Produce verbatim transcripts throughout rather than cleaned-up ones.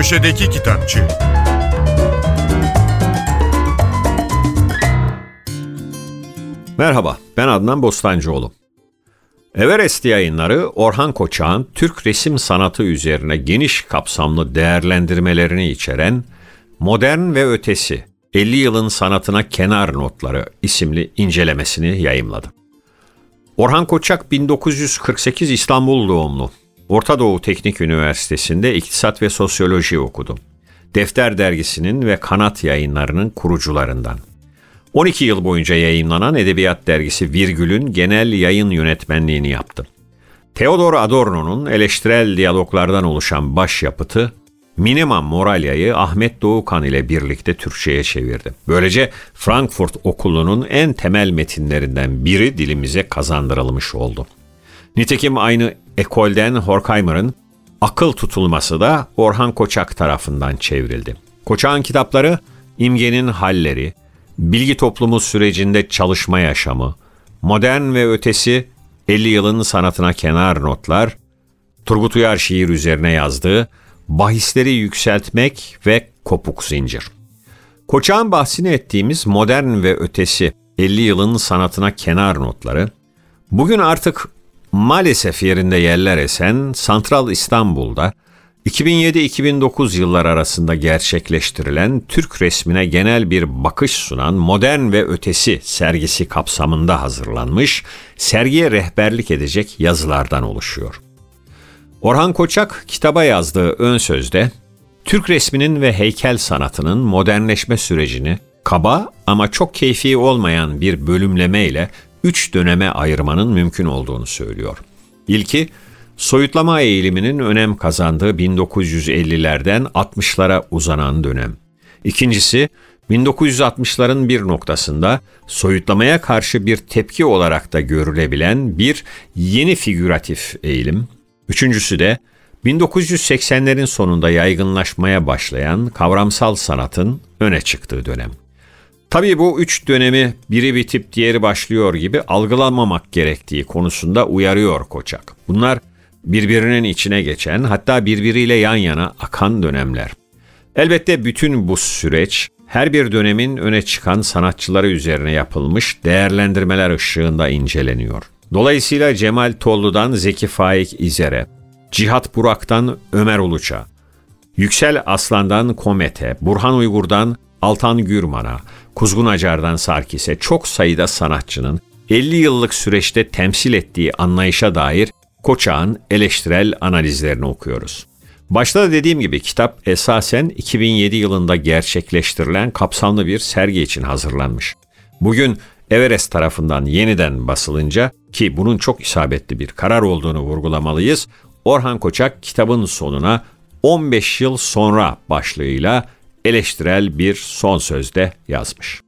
Köşedeki Kitapçı. Merhaba, ben Adnan Bostancıoğlu. Everest Yayınları, Orhan Koçak'ın Türk resim sanatı üzerine geniş kapsamlı değerlendirmelerini içeren Modern ve Ötesi, elli yılın sanatına kenar notları isimli incelemesini yayımladı. Orhan Koçak bin dokuz yüz kırk sekiz İstanbul doğumlu. Orta Doğu Teknik Üniversitesi'nde iktisat ve sosyoloji okudu. Defter Dergisi'nin ve Kanat Yayınları'nın kurucularından. on iki yıl boyunca yayımlanan Edebiyat Dergisi Virgül'ün genel yayın yönetmenliğini yaptı. Theodor Adorno'nun eleştirel diyaloglardan oluşan başyapıtı, Minima Moralya'yı Ahmet Doğukan ile birlikte Türkçe'ye çevirdi. Böylece Frankfurt Okulu'nun en temel metinlerinden biri dilimize kazandırılmış oldu. Nitekim aynı ekolden Horkheimer'ın Akıl Tutulması da Orhan Koçak tarafından çevrildi. Koçak'ın kitapları İmgenin Halleri, Bilgi Toplumu Sürecinde Çalışma Yaşamı, Modern ve Ötesi, elli yılın sanatına kenar notlar, Turgut Uyar şiir üzerine yazdığı Bahisleri Yükseltmek ve Kopuk Zincir. Koçak'ın bahsini ettiğimiz Modern ve Ötesi, elli yılın sanatına kenar notları, bugün artık maalesef yerinde yerler esen Santral İstanbul'da iki bin yedi iki bin dokuz yıllar arasında gerçekleştirilen Türk resmine genel bir bakış sunan Modern ve Ötesi sergisi kapsamında hazırlanmış, sergiye rehberlik edecek yazılardan oluşuyor. Orhan Koçak kitaba yazdığı ön sözde, Türk resminin ve heykel sanatının modernleşme sürecini kaba ama çok keyfi olmayan bir bölümlemeyle üç döneme ayırmanın mümkün olduğunu söylüyor. İlki, soyutlama eğiliminin önem kazandığı bin dokuz yüz ellilerden altmışlara uzanan dönem. İkincisi, bin dokuz yüz altmışların bir noktasında soyutlamaya karşı bir tepki olarak da görülebilen bir yeni figüratif eğilim. Üçüncüsü de bin dokuz yüz seksenlerin sonunda yaygınlaşmaya başlayan kavramsal sanatın öne çıktığı dönem. Tabii bu üç dönemi biri bitip diğeri başlıyor gibi algılamamak gerektiği konusunda uyarıyor Koçak. Bunlar birbirinin içine geçen, hatta birbiriyle yan yana akan dönemler. Elbette bütün bu süreç her bir dönemin öne çıkan sanatçıları üzerine yapılmış değerlendirmeler ışığında inceleniyor. Dolayısıyla Cemal Tollu'dan Zeki Faik İzer'e, Cihat Burak'tan Ömer Uluç'a, Yüksel Aslan'dan Komet'e, Burhan Uygur'dan Altan Gürman'a, Kuzgun Acar'dan Sarkis'e çok sayıda sanatçının elli yıllık süreçte temsil ettiği anlayışa dair Koçak'ın eleştirel analizlerini okuyoruz. Başta da dediğim gibi kitap esasen iki bin yedi yılında gerçekleştirilen kapsamlı bir sergi için hazırlanmış. Bugün Everest tarafından yeniden basılınca, ki bunun çok isabetli bir karar olduğunu vurgulamalıyız, Orhan Koçak kitabın sonuna on beş yıl sonra başlığıyla eleştirel bir son sözde yazmış.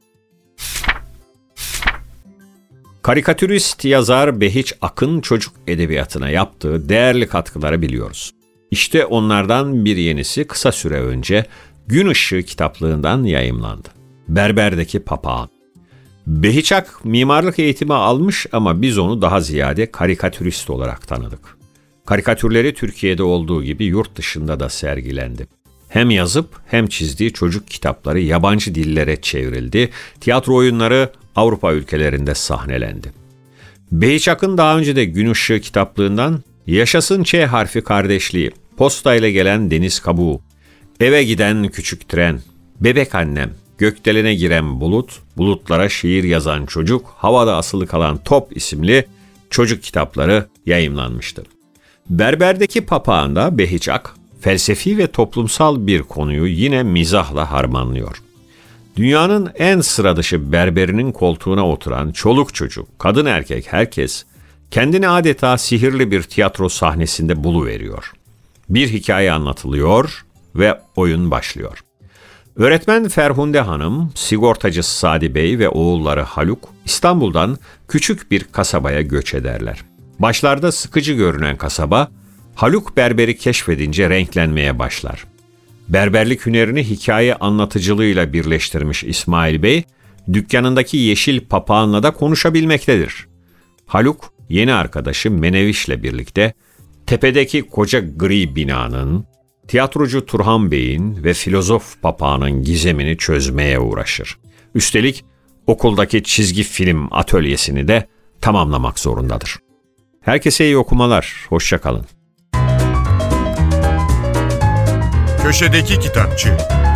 Karikatürist yazar Behiç Akın çocuk edebiyatına yaptığı değerli katkıları biliyoruz. İşte onlardan bir yenisi kısa süre önce Gün Işığı kitaplığından yayımlandı. Berberdeki Papağan. Behiç Ak mimarlık eğitimi almış ama biz onu daha ziyade karikatürist olarak tanıdık. Karikatürleri Türkiye'de olduğu gibi yurt dışında da sergilendi. Hem yazıp hem çizdiği çocuk kitapları yabancı dillere çevrildi, tiyatro oyunları Avrupa ülkelerinde sahnelendi. Behiç Akın daha önce de Gün Işığı kitaplığından Yaşasın Ç harfi kardeşliği, Postayla Gelen Deniz Kabuğu, Eve Giden Küçük Tren, Bebek Annem, Gökdelene Giren Bulut, Bulutlara Şiir Yazan Çocuk, Havada Asılı Kalan Top isimli çocuk kitapları yayımlanmıştı. Berberdeki Papağan'da Behiç Ak, felsefi ve toplumsal bir konuyu yine mizahla harmanlıyor. Dünyanın en sıradışı berberinin koltuğuna oturan çoluk çocuk, kadın erkek herkes kendini adeta sihirli bir tiyatro sahnesinde buluveriyor. Bir hikaye anlatılıyor ve oyun başlıyor. Öğretmen Ferhunde Hanım, sigortacı Sadi Bey ve oğulları Haluk İstanbul'dan küçük bir kasabaya göç ederler. Başlarda sıkıcı görünen kasaba, Haluk berberi keşfedince renklenmeye başlar. Berberlik hünerini hikaye anlatıcılığıyla birleştirmiş İsmail Bey, dükkanındaki yeşil papağanla da konuşabilmektedir. Haluk, yeni arkadaşı Meneviş'le birlikte tepedeki koca gri binanın, tiyatrocu Turhan Bey'in ve filozof papağanın gizemini çözmeye uğraşır. Üstelik okuldaki çizgi film atölyesini de tamamlamak zorundadır. Herkese iyi okumalar, hoşça kalın. Köşedeki Kitapçı.